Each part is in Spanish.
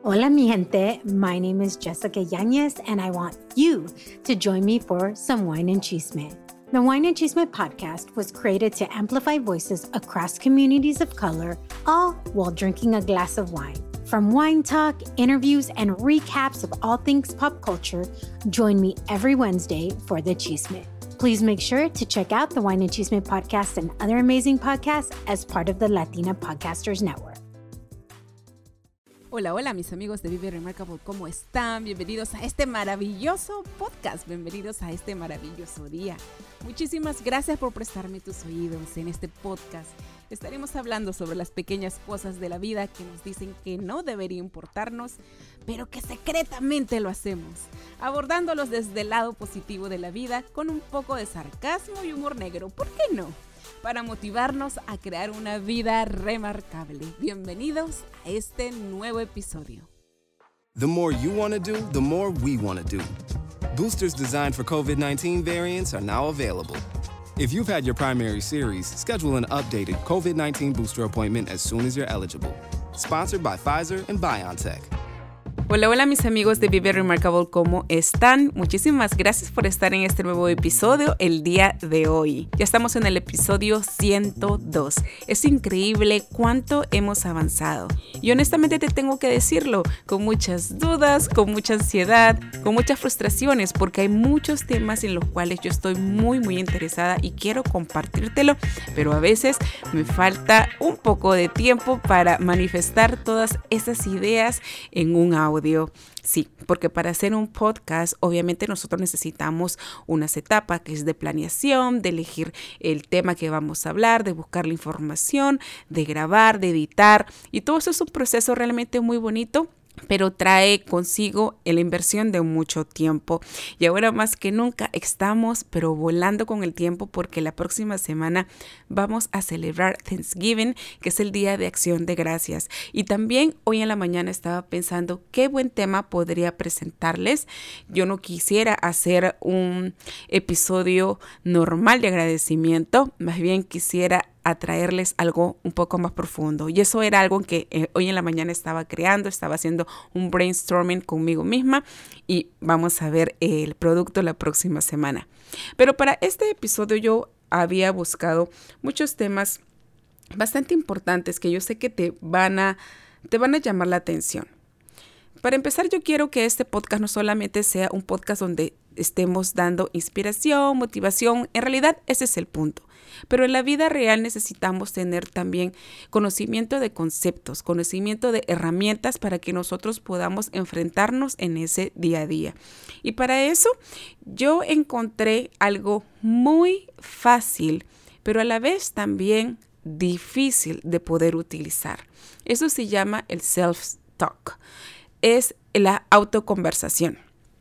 Hola mi gente, my name is Jessica Yanez and I want you to join me for some Wine and Chisme. The Wine and Chisme podcast was created to amplify voices across communities of color, all while drinking a glass of wine. From wine talk, interviews, and recaps of all things pop culture, join me every Wednesday for the Chisme. Please make sure to check out the Wine and Chisme podcast and other amazing podcasts as part of the Latina Podcasters Network. Hola, hola mis amigos de Vive Remarkable, ¿cómo están? Bienvenidos a este maravilloso podcast, bienvenidos a este maravilloso día. Muchísimas gracias por prestarme tus oídos en este podcast. Estaremos hablando sobre las pequeñas cosas de la vida que nos dicen que no debería importarnos, pero que secretamente lo hacemos, abordándolos desde el lado positivo de la vida con un poco de sarcasmo y humor negro, ¿por qué no? Para motivarnos a crear una vida remarcable. Bienvenidos a este nuevo episodio. The more you want to do, the more we want to do. Boosters designed for COVID-19 variants are now available. If you've had your primary series, schedule an updated COVID-19 booster appointment as soon as you're eligible. Sponsored by Pfizer and BioNTech. Hola, hola mis amigos de Vive Remarkable, ¿cómo están? Muchísimas gracias por estar en este nuevo episodio el día de hoy. Ya estamos en el episodio 102. Es increíble cuánto hemos avanzado. Y honestamente te tengo que decirlo, con muchas dudas, con mucha ansiedad, con muchas frustraciones, porque hay muchos temas en los cuales yo estoy muy interesada y quiero compartírtelo, pero a veces me falta un poco de tiempo para manifestar todas esas ideas en un audio. Sí, porque para hacer un podcast obviamente nosotros necesitamos unas etapas que es de planeación, de elegir el tema que vamos a hablar, de buscar la información, de grabar, de editar, y todo eso es un proceso realmente muy bonito, pero trae consigo la inversión de mucho tiempo. Y ahora más que nunca estamos pero volando con el tiempo, porque la próxima semana vamos a celebrar Thanksgiving, que es el Día de Acción de Gracias. Y también hoy en la mañana estaba pensando qué buen tema podría presentarles. Yo no quisiera hacer un episodio normal de agradecimiento, más bien quisiera atraerles algo un poco más profundo, y eso era algo que hoy en la mañana estaba creando, estaba haciendo un brainstorming conmigo misma, y vamos a ver el producto la próxima semana. Pero para este episodio yo había buscado muchos temas bastante importantes que yo sé que te van a llamar la atención. Para empezar, yo quiero que este podcast no solamente sea un podcast donde estemos dando inspiración, motivación, en realidad ese es el punto. Pero en la vida real necesitamos tener también conocimiento de conceptos, conocimiento de herramientas para que nosotros podamos enfrentarnos en ese día a día. Y para eso yo encontré algo muy fácil, pero a la vez también difícil de poder utilizar. Eso se llama el self-talk. Es la autoconversación.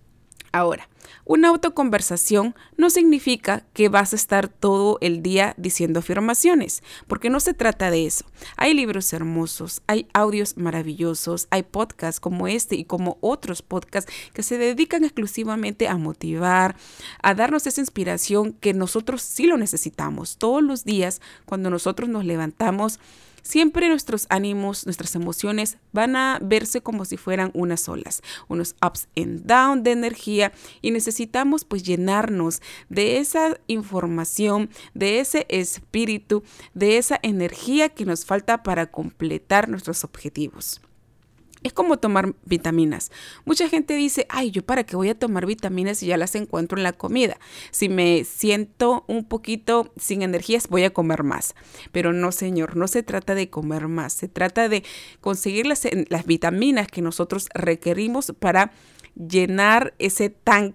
Ahora, una autoconversación no significa que vas a estar todo el día diciendo afirmaciones, porque no se trata de eso. Hay libros hermosos, hay audios maravillosos, hay podcasts como este y como otros podcasts que se dedican exclusivamente a motivar, a darnos esa inspiración que nosotros sí lo necesitamos. Todos los días, cuando nosotros nos levantamos, siempre nuestros ánimos, nuestras emociones van a verse como si fueran unas olas, unos ups and downs de energía, y necesitamos pues llenarnos de esa información, de ese espíritu, de esa energía que nos falta para completar nuestros objetivos. Es como tomar vitaminas. Mucha gente dice, ay, ¿yo para qué voy a tomar vitaminas si ya las encuentro en la comida? Si me siento un poquito sin energías, voy a comer más. Pero no, señor, no se trata de comer más. Se trata de conseguir las vitaminas que nosotros requerimos para llenar ese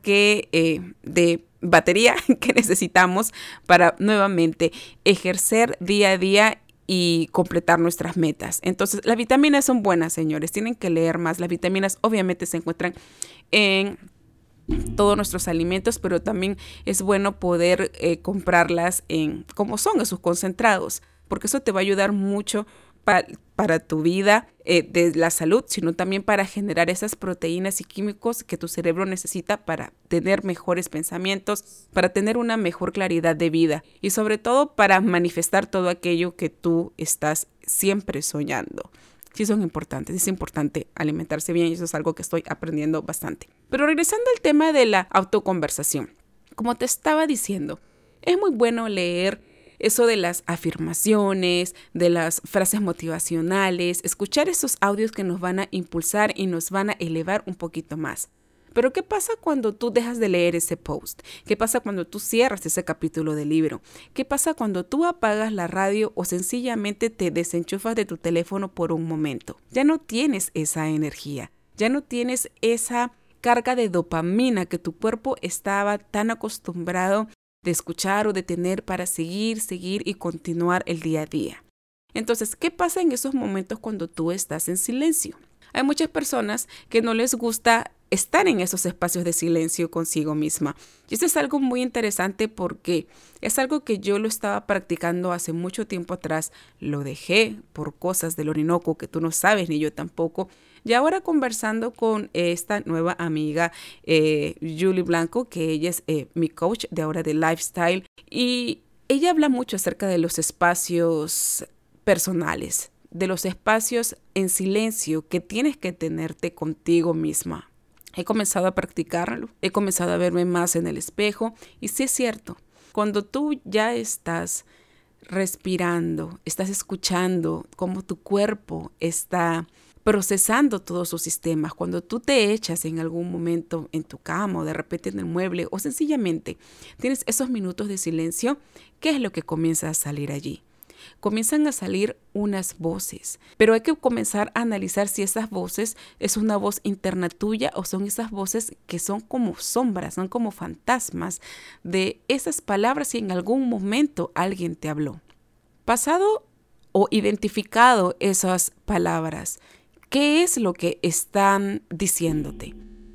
tanque de batería que necesitamos para nuevamente ejercer día a día y completar nuestras metas. Entonces, las vitaminas son buenas, señores. Tienen que leer más. Las vitaminas obviamente se encuentran en todos nuestros alimentos, pero también es bueno poder comprarlas como son, en sus concentrados, porque eso te va a ayudar mucho para tu vida de la salud, sino también para generar esas proteínas y químicos que tu cerebro necesita para tener mejores pensamientos, para tener una mejor claridad de vida y sobre todo para manifestar todo aquello que tú estás siempre soñando. sí son importantes. Es importante alimentarse bien y eso es algo que estoy aprendiendo bastante. Pero regresando al tema de la autoconversación, como te estaba diciendo, es muy bueno leer eso de las afirmaciones, de las frases motivacionales, escuchar esos audios que nos van a impulsar y nos van a elevar un poquito más. Pero ¿qué pasa cuando tú dejas de leer ese post? ¿Qué pasa cuando tú cierras ese capítulo del libro? ¿Qué pasa cuando tú apagas la radio o sencillamente te desenchufas de tu teléfono por un momento? Ya no tienes esa energía, ya no tienes esa carga de dopamina que tu cuerpo estaba tan acostumbrado de escuchar o de tener para seguir y continuar el día a día. Entonces, ¿qué pasa en esos momentos cuando tú estás en silencio? Hay muchas personas que no les gusta estar en esos espacios de silencio consigo misma. Y esto es algo muy interesante porque es algo que yo lo estaba practicando hace mucho tiempo atrás. Lo dejé por cosas del Orinoco que tú no sabes ni yo tampoco. Y ahora conversando con esta nueva amiga, Julie Blanco, que ella es mi coach de ahora de lifestyle. Y ella habla mucho acerca de los espacios personales, de los espacios en silencio que tienes que tenerte contigo misma. He comenzado a practicarlo, he comenzado a verme más en el espejo y sí es cierto, cuando tú ya estás respirando, estás escuchando cómo tu cuerpo está procesando todos sus sistemas, cuando tú te echas en algún momento en tu cama o de repente en el mueble o sencillamente tienes esos minutos de silencio, ¿qué es lo que comienza a salir allí? Comienzan a salir unas voces, pero hay que comenzar a analizar si esas voces es una voz interna tuya o son esas voces que son como sombras, son como fantasmas de esas palabras si en algún momento alguien te habló. Pasado o identificado esas palabras, ¿qué es lo que están diciéndote?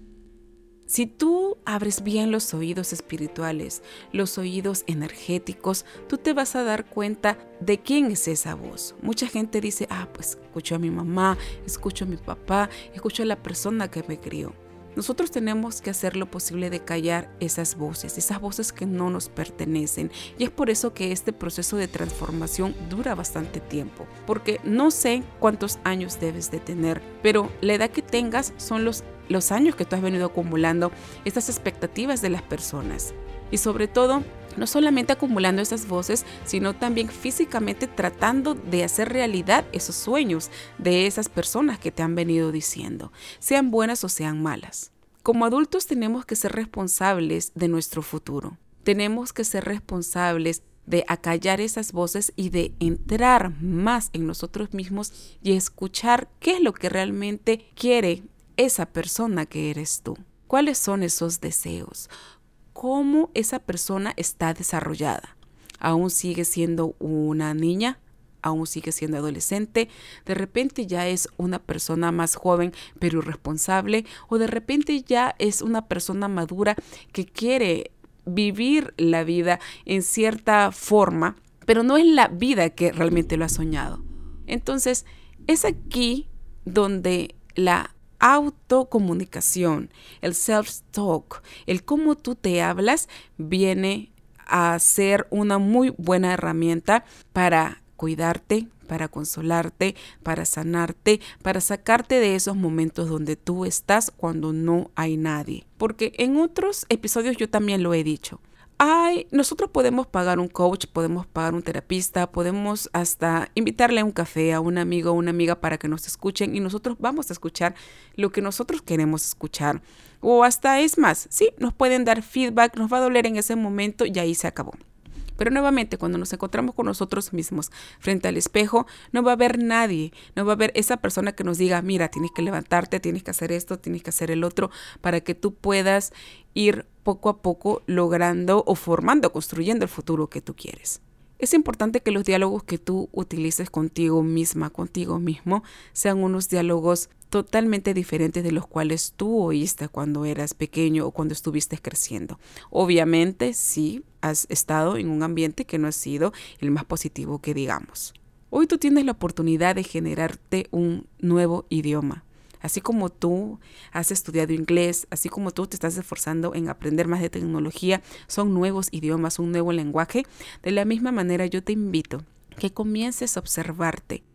Si tú abres bien los oídos espirituales, los oídos energéticos, tú te vas a dar cuenta de quién es esa voz. Mucha gente dice, pues escucho a mi mamá, escucho a mi papá, escucho a la persona que me crió. Nosotros tenemos que hacer lo posible de callar esas voces que no nos pertenecen. Y es por eso que este proceso de transformación dura bastante tiempo. Porque no sé cuántos años debes de tener, pero la edad que tengas son los años que tú has venido acumulando, estas expectativas de las personas. Y sobre todo, no solamente acumulando esas voces, sino también físicamente tratando de hacer realidad esos sueños de esas personas que te han venido diciendo, sean buenas o sean malas. Como adultos tenemos que ser responsables de nuestro futuro. Tenemos que ser responsables de acallar esas voces y de entrar más en nosotros mismos y escuchar qué es lo que realmente quiere esa persona que eres tú. ¿Cuáles son esos deseos? ¿Cómo esa persona está desarrollada? ¿Aún sigue siendo una niña? ¿Aún sigue siendo adolescente? ¿De repente ya es una persona más joven pero irresponsable? ¿O de repente ya es una persona madura que quiere vivir la vida en cierta forma, pero no es la vida que realmente lo ha soñado? Entonces, es aquí donde la autocomunicación, el self-talk, el cómo tú te hablas, viene a ser una muy buena herramienta para cuidarte, para consolarte, para sanarte, para sacarte de esos momentos donde tú estás cuando no hay nadie. Porque en otros episodios yo también lo he dicho. Nosotros podemos pagar un coach, podemos pagar un terapista, podemos hasta invitarle a un café a un amigo o una amiga para que nos escuchen y nosotros vamos a escuchar lo que nosotros queremos escuchar. O hasta es más, sí, nos pueden dar feedback, nos va a doler en ese momento y ahí se acabó. Pero nuevamente, cuando nos encontramos con nosotros mismos frente al espejo, no va a haber nadie, no va a haber esa persona que nos diga, mira, tienes que levantarte, tienes que hacer esto, tienes que hacer el otro, para que tú puedas ir poco a poco logrando o formando, construyendo el futuro que tú quieres. Es importante que los diálogos que tú utilices contigo misma, contigo mismo, sean unos diálogos totalmente diferentes de los cuales tú oíste cuando eras pequeño o cuando estuviste creciendo. Obviamente, sí, has estado en un ambiente que no ha sido el más positivo que digamos. Hoy tú tienes la oportunidad de generarte un nuevo idioma. Así como tú has estudiado inglés, así como tú te estás esforzando en aprender más de tecnología, son nuevos idiomas, un nuevo lenguaje. De la misma manera yo te invito a que comiences a observarte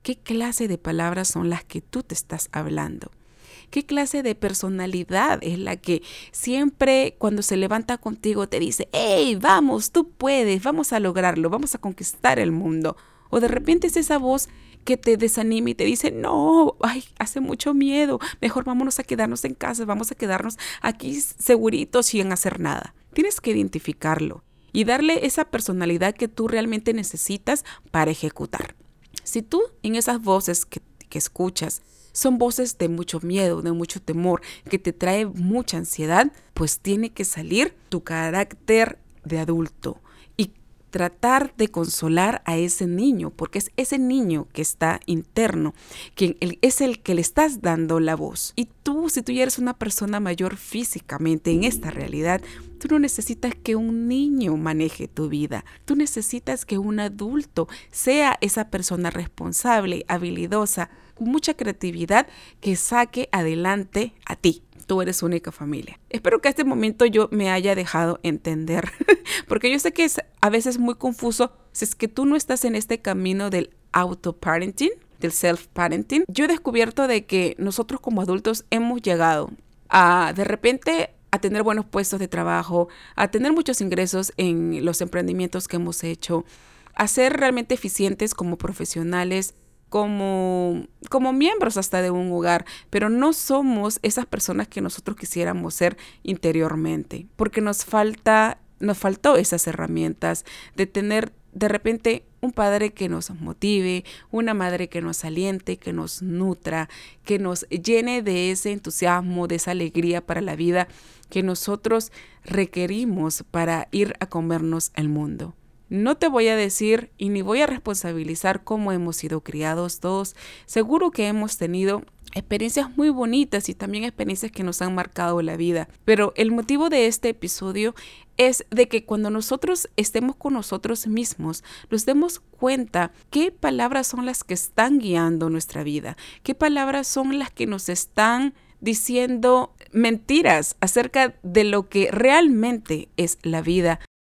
¿Qué clase de palabras son las que tú te estás hablando? ¿Qué clase de personalidad es la que siempre cuando se levanta contigo te dice, hey, vamos, tú puedes, vamos a lograrlo, vamos a conquistar el mundo? O de repente es esa voz que te desanima y te dice, no, ay, hace mucho miedo, mejor vámonos a quedarnos en casa, vamos a quedarnos aquí seguritos sin hacer nada. Tienes que identificarlo y darle esa personalidad que tú realmente necesitas para ejecutar. Si tú en esas voces que escuchas son voces de mucho miedo, de mucho temor, que te trae mucha ansiedad, pues tiene que salir tu carácter de adulto y tratar de consolar a ese niño, porque es ese niño que está interno, quien es el que le estás dando la voz. Y tú, si tú ya eres una persona mayor físicamente en esta realidad, tú no necesitas que un niño maneje tu vida. Tú necesitas que un adulto sea esa persona responsable, habilidosa, con mucha creatividad que saque adelante a ti. Tú eres única familia. Espero que a este momento yo me haya dejado entender, porque yo sé que es a veces muy confuso si es que tú no estás en este camino del auto-parenting, del self-parenting. Yo he descubierto de que nosotros como adultos hemos llegado a de repente a tener buenos puestos de trabajo, a tener muchos ingresos en los emprendimientos que hemos hecho, a ser realmente eficientes como profesionales, como miembros hasta de un hogar, pero no somos esas personas que nosotros quisiéramos ser interiormente, porque nos faltó esas herramientas de tener de repente un padre que nos motive, una madre que nos aliente, que nos nutra, que nos llene de ese entusiasmo, de esa alegría para la vida que nosotros requerimos para ir a comernos el mundo. No te voy a decir y ni voy a responsabilizar cómo hemos sido criados todos. Seguro que hemos tenido experiencias muy bonitas y también experiencias que nos han marcado la vida. Pero el motivo de este episodio es de que cuando nosotros estemos con nosotros mismos, nos demos cuenta qué palabras son las que están guiando nuestra vida, qué palabras son las que nos están diciendo mentiras acerca de lo que realmente es la vida.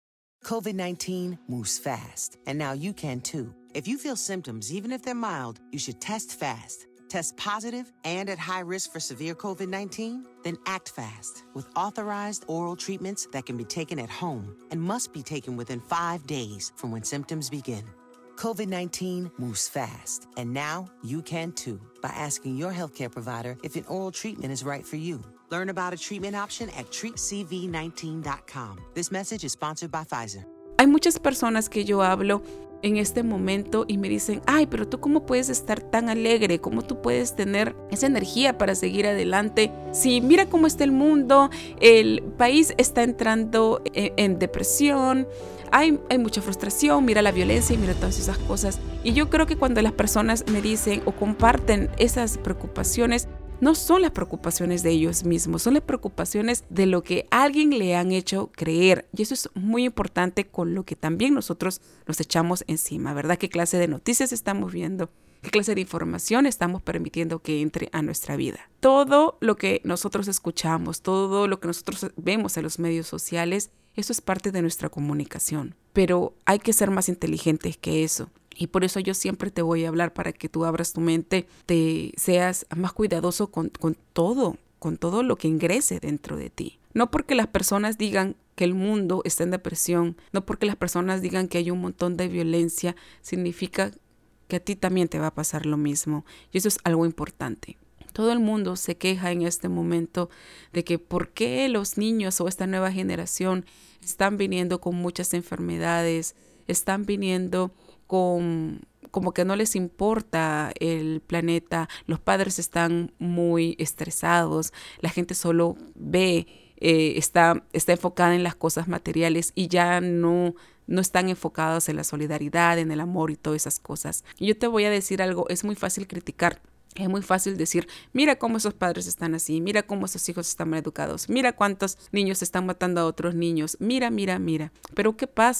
COVID-19 moves fast, and now you can too. If you feel symptoms, even if they're mild, you should test fast. Test positive and at high risk for severe COVID-19? Then act fast with authorized oral treatments that can be taken at home and must be taken within 5 days from when symptoms begin. COVID-19 moves fast, and now you can too by asking your healthcare provider if an oral treatment is right for you. Learn about a treatment option at treatcv19.com. This message is sponsored by Pfizer. Hay muchas personas que yo hablo en este momento y me dicen, ay, pero tú cómo puedes estar tan alegre, cómo tú puedes tener esa energía para seguir adelante. Sí, mira cómo está el mundo, el país está entrando en depresión, hay mucha frustración, mira la violencia y mira todas esas cosas. Y yo creo que cuando las personas me dicen o comparten esas preocupaciones, no son las preocupaciones de ellos mismos, son las preocupaciones de lo que alguien le han hecho creer. Y eso es muy importante con lo que también nosotros nos echamos encima, ¿verdad? ¿Qué clase de noticias estamos viendo? ¿Qué clase de información estamos permitiendo que entre a nuestra vida? Todo lo que nosotros escuchamos, todo lo que nosotros vemos en los medios sociales, eso es parte de nuestra comunicación. Pero hay que ser más inteligentes que eso. Y por eso yo siempre te voy a hablar para que tú abras tu mente, te seas más cuidadoso con todo lo que ingrese dentro de ti. No porque las personas digan que el mundo está en depresión, no porque las personas digan que hay un montón de violencia, significa que a ti también te va a pasar lo mismo. Y eso es algo importante. Todo el mundo se queja en este momento de que por qué los niños o esta nueva generación están viniendo con muchas enfermedades, están viniendo como que no les importa el planeta, los padres están muy estresados, la gente solo ve, está enfocada en las cosas materiales y ya no están enfocados en la solidaridad, en el amor y todas esas cosas. Y yo te voy a decir algo, es muy fácil criticar. Es muy fácil decir, mira cómo esos padres están así, mira cómo esos hijos están mal educados, mira cuántos niños están matando a otros niños, mira. Pero ¿qué pasa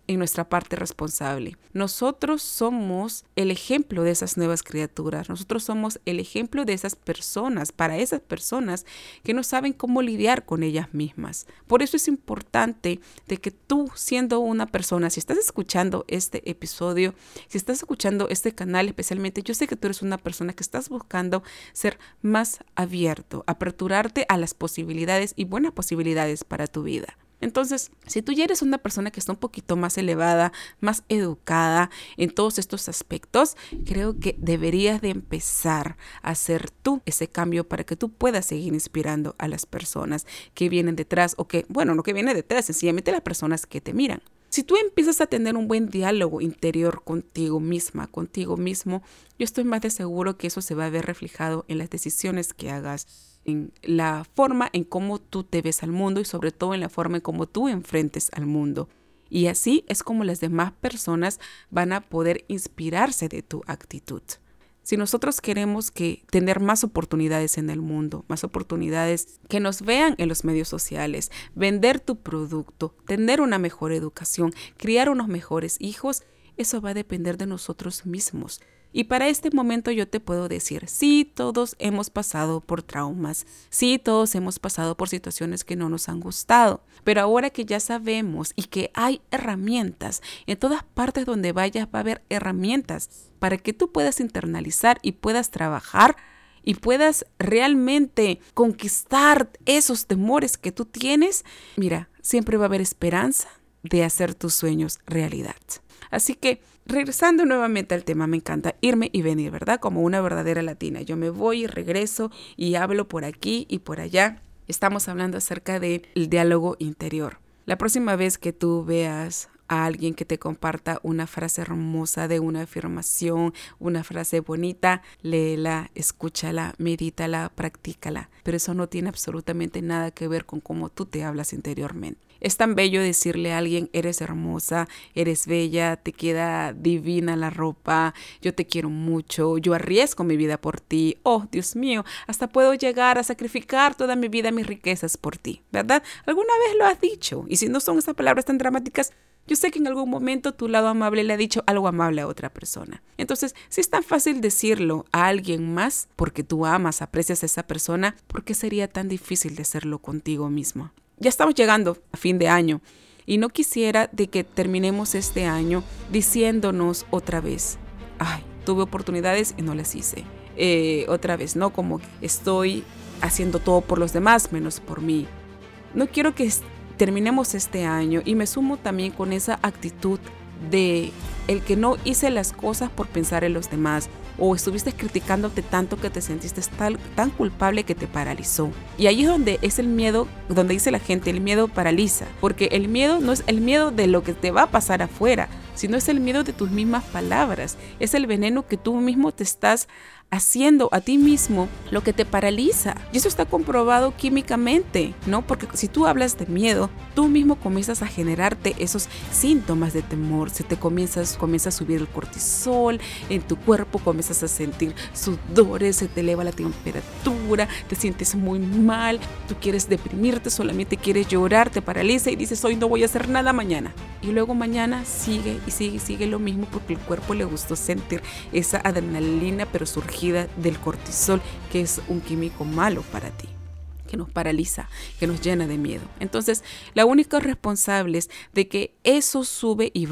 en nuestra parte responsable. Nosotros somos el ejemplo de esas nuevas criaturas. Nosotros somos el ejemplo de esas personas, para esas personas que no saben cómo lidiar con ellas mismas. Por eso es importante de que tú, siendo una persona, si estás escuchando este episodio, si estás escuchando este canal especialmente, yo sé que tú eres una persona que estás buscando ser más abierto, aperturarte a las posibilidades y buenas posibilidades para tu vida. Entonces, si tú ya eres una persona que está un poquito más elevada, más educada en todos estos aspectos, creo que deberías de empezar a hacer tú ese cambio para que tú puedas seguir inspirando a las personas que vienen detrás o que, bueno, no que vienen detrás, sencillamente las personas que te miran. Si tú empiezas a tener un buen diálogo interior contigo misma, contigo mismo, yo estoy más de seguro que eso se va a ver reflejado en las decisiones que hagas, en la forma en cómo tú te ves al mundo y sobre todo en la forma en cómo tú enfrentes al mundo. Y así es como las demás personas van a poder inspirarse de tu actitud. Si nosotros queremos tener más oportunidades en el mundo, más oportunidades que nos vean en los medios sociales, vender tu producto, tener una mejor educación, criar unos mejores hijos, eso va a depender de nosotros mismos. Y para este momento yo te puedo decir, sí, todos hemos pasado por traumas, sí, todos hemos pasado por situaciones que no nos han gustado, pero ahora que ya sabemos y que hay herramientas, en todas partes donde vayas va a haber herramientas para que tú puedas internalizar y puedas trabajar y puedas realmente conquistar esos temores que tú tienes. Mira, siempre va a haber esperanza de hacer tus sueños realidad. Así que, regresando nuevamente al tema, me encanta irme y venir, ¿verdad? Como una verdadera latina. Yo me voy y regreso y hablo por aquí y por allá. Estamos hablando acerca del diálogo interior. La próxima vez que tú veas a alguien que te comparta una frase hermosa de una afirmación, una frase bonita, léela, escúchala, medítala, practícala. Pero eso no tiene absolutamente nada que ver con cómo tú te hablas interiormente. Es tan bello decirle a alguien, eres hermosa, eres bella, te queda divina la ropa, yo te quiero mucho, yo arriesgo mi vida por ti, oh Dios mío, hasta puedo llegar a sacrificar toda mi vida, mis riquezas por ti, ¿verdad? ¿Alguna vez lo has dicho? Y si no son esas palabras tan dramáticas, yo sé que en algún momento tu lado amable le ha dicho algo amable a otra persona. Entonces, si es tan fácil decirlo a alguien más porque tú amas, aprecias a esa persona, ¿por qué sería tan difícil de hacerlo contigo mismo? Ya estamos llegando a fin de año y no quisiera de que terminemos este año diciéndonos otra vez, ay, tuve oportunidades y no las hice. Otra vez, ¿no? Como estoy haciendo todo por los demás menos por mí. No quiero que terminemos este año y me sumo también con esa actitud de el que no hice las cosas por pensar en los demás o estuviste criticándote tanto que te sentiste tan culpable que te paralizó. Y ahí es donde es el miedo, donde dice la gente, el miedo paraliza, porque el miedo no es el miedo de lo que te va a pasar afuera, sino es el miedo de tus mismas palabras, es el veneno que tú mismo te estás haciendo a ti mismo, lo que te paraliza. Y eso está comprobado químicamente, ¿no? Porque si tú hablas de miedo, tú mismo comienzas a generarte esos síntomas de temor. Se te comienza a subir el cortisol, en tu cuerpo comienzas a sentir sudores, se te eleva la temperatura, te sientes muy mal, tú quieres deprimirte, solamente quieres llorar, te paraliza y dices, hoy no voy a hacer nada mañana. Y luego mañana sigue lo mismo porque el cuerpo le gustó sentir esa adrenalina, pero surgida del cortisol, que es un químico malo para ti, que nos paraliza, que nos llena de miedo. Entonces, la única responsable de que eso sube y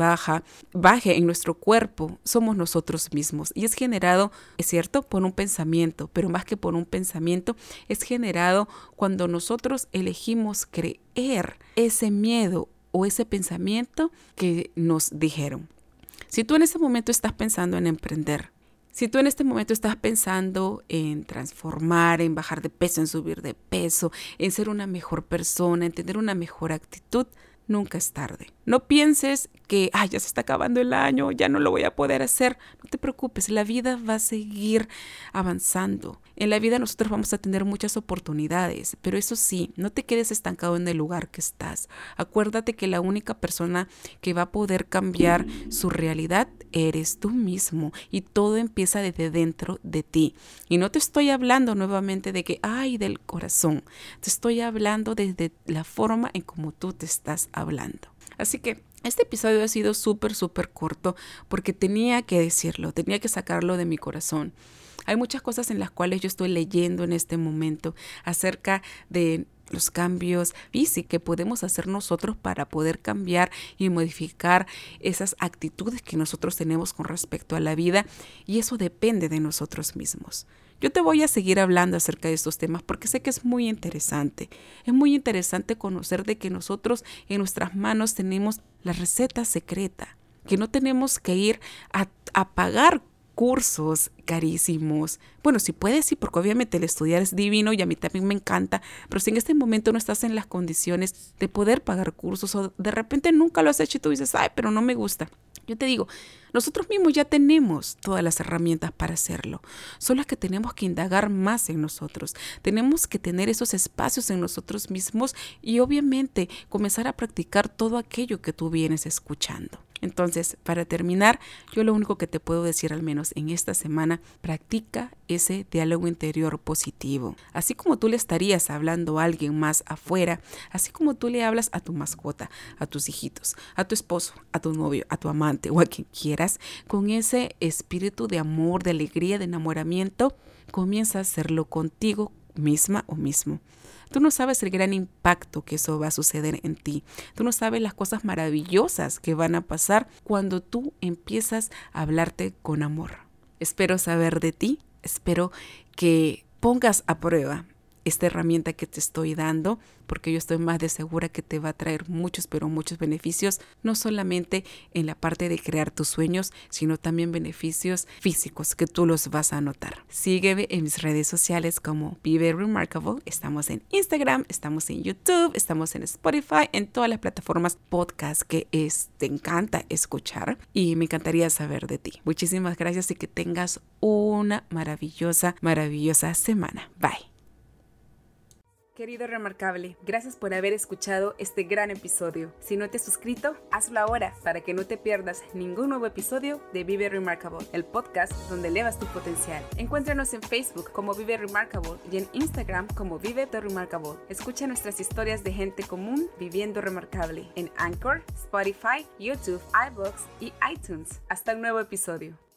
baje en nuestro cuerpo, somos nosotros mismos. Y es generado, es cierto, por un pensamiento, pero más que por un pensamiento, es generado cuando nosotros elegimos creer ese miedo o ese pensamiento que nos dijeron. Si tú en ese momento estás pensando en emprender, si tú en este momento estás pensando en transformar, en bajar de peso, en subir de peso, en ser una mejor persona, en tener una mejor actitud, nunca es tarde. No pienses que ya se está acabando el año, ya no lo voy a poder hacer. No te preocupes, la vida va a seguir avanzando. En la vida nosotros vamos a tener muchas oportunidades, pero eso sí, no te quedes estancado en el lugar que estás. Acuérdate que la única persona que va a poder cambiar su realidad eres tú mismo y todo empieza desde dentro de ti. Y no te estoy hablando nuevamente de que, del corazón. Te estoy hablando desde la forma en cómo tú te estás hablando. Así que Este episodio ha sido súper corto porque tenía que decirlo, tenía que sacarlo de mi corazón. Hay muchas cosas en las cuales yo estoy leyendo en este momento acerca de los cambios físicos que podemos hacer nosotros para poder cambiar y modificar esas actitudes que nosotros tenemos con respecto a la vida, y eso depende de nosotros mismos. Yo te voy a seguir hablando acerca de estos temas porque sé que es muy interesante. Es muy interesante conocer de que nosotros en nuestras manos tenemos la receta secreta, que no tenemos que ir a pagar cursos carísimos. Bueno, si puedes, sí, porque obviamente el estudiar es divino y a mí también me encanta, pero si en este momento no estás en las condiciones de poder pagar cursos o de repente nunca lo has hecho y tú dices, ay, pero no me gusta. Yo te digo, nosotros mismos ya tenemos todas las herramientas para hacerlo. Solo es que tenemos que indagar más en nosotros. Tenemos que tener esos espacios en nosotros mismos y obviamente comenzar a practicar todo aquello que tú vienes escuchando. Entonces, para terminar, yo lo único que te puedo decir, al menos en esta semana, practica ese diálogo interior positivo. Así como tú le estarías hablando a alguien más afuera, así como tú le hablas a tu mascota, a tus hijitos, a tu esposo, a tu novio, a tu amante o a quien quieras, con ese espíritu de amor, de alegría, de enamoramiento, comienza a hacerlo contigo misma o mismo. Tú no sabes el gran impacto que eso va a suceder en ti. Tú no sabes las cosas maravillosas que van a pasar cuando tú empiezas a hablarte con amor. Espero saber de ti. Espero que pongas a prueba esta herramienta que te estoy dando, porque yo estoy más de segura que te va a traer muchos, pero muchos beneficios, no solamente en la parte de crear tus sueños, sino también beneficios físicos que tú los vas a notar. Sígueme en mis redes sociales como Vive Remarkable. Estamos en Instagram, estamos en YouTube, estamos en Spotify, en todas las plataformas podcast que te encanta escuchar, y me encantaría saber de ti. Muchísimas gracias y que tengas una maravillosa semana. Bye. Querido Remarkable, gracias por haber escuchado este gran episodio. Si no te has suscrito, hazlo ahora para que no te pierdas ningún nuevo episodio de Vive Remarkable, el podcast donde elevas tu potencial. Encuéntranos en Facebook como Vive Remarkable y en Instagram como Vive The Remarkable. Escucha nuestras historias de gente común viviendo remarkable en Anchor, Spotify, YouTube, iVoox y iTunes. Hasta un nuevo episodio.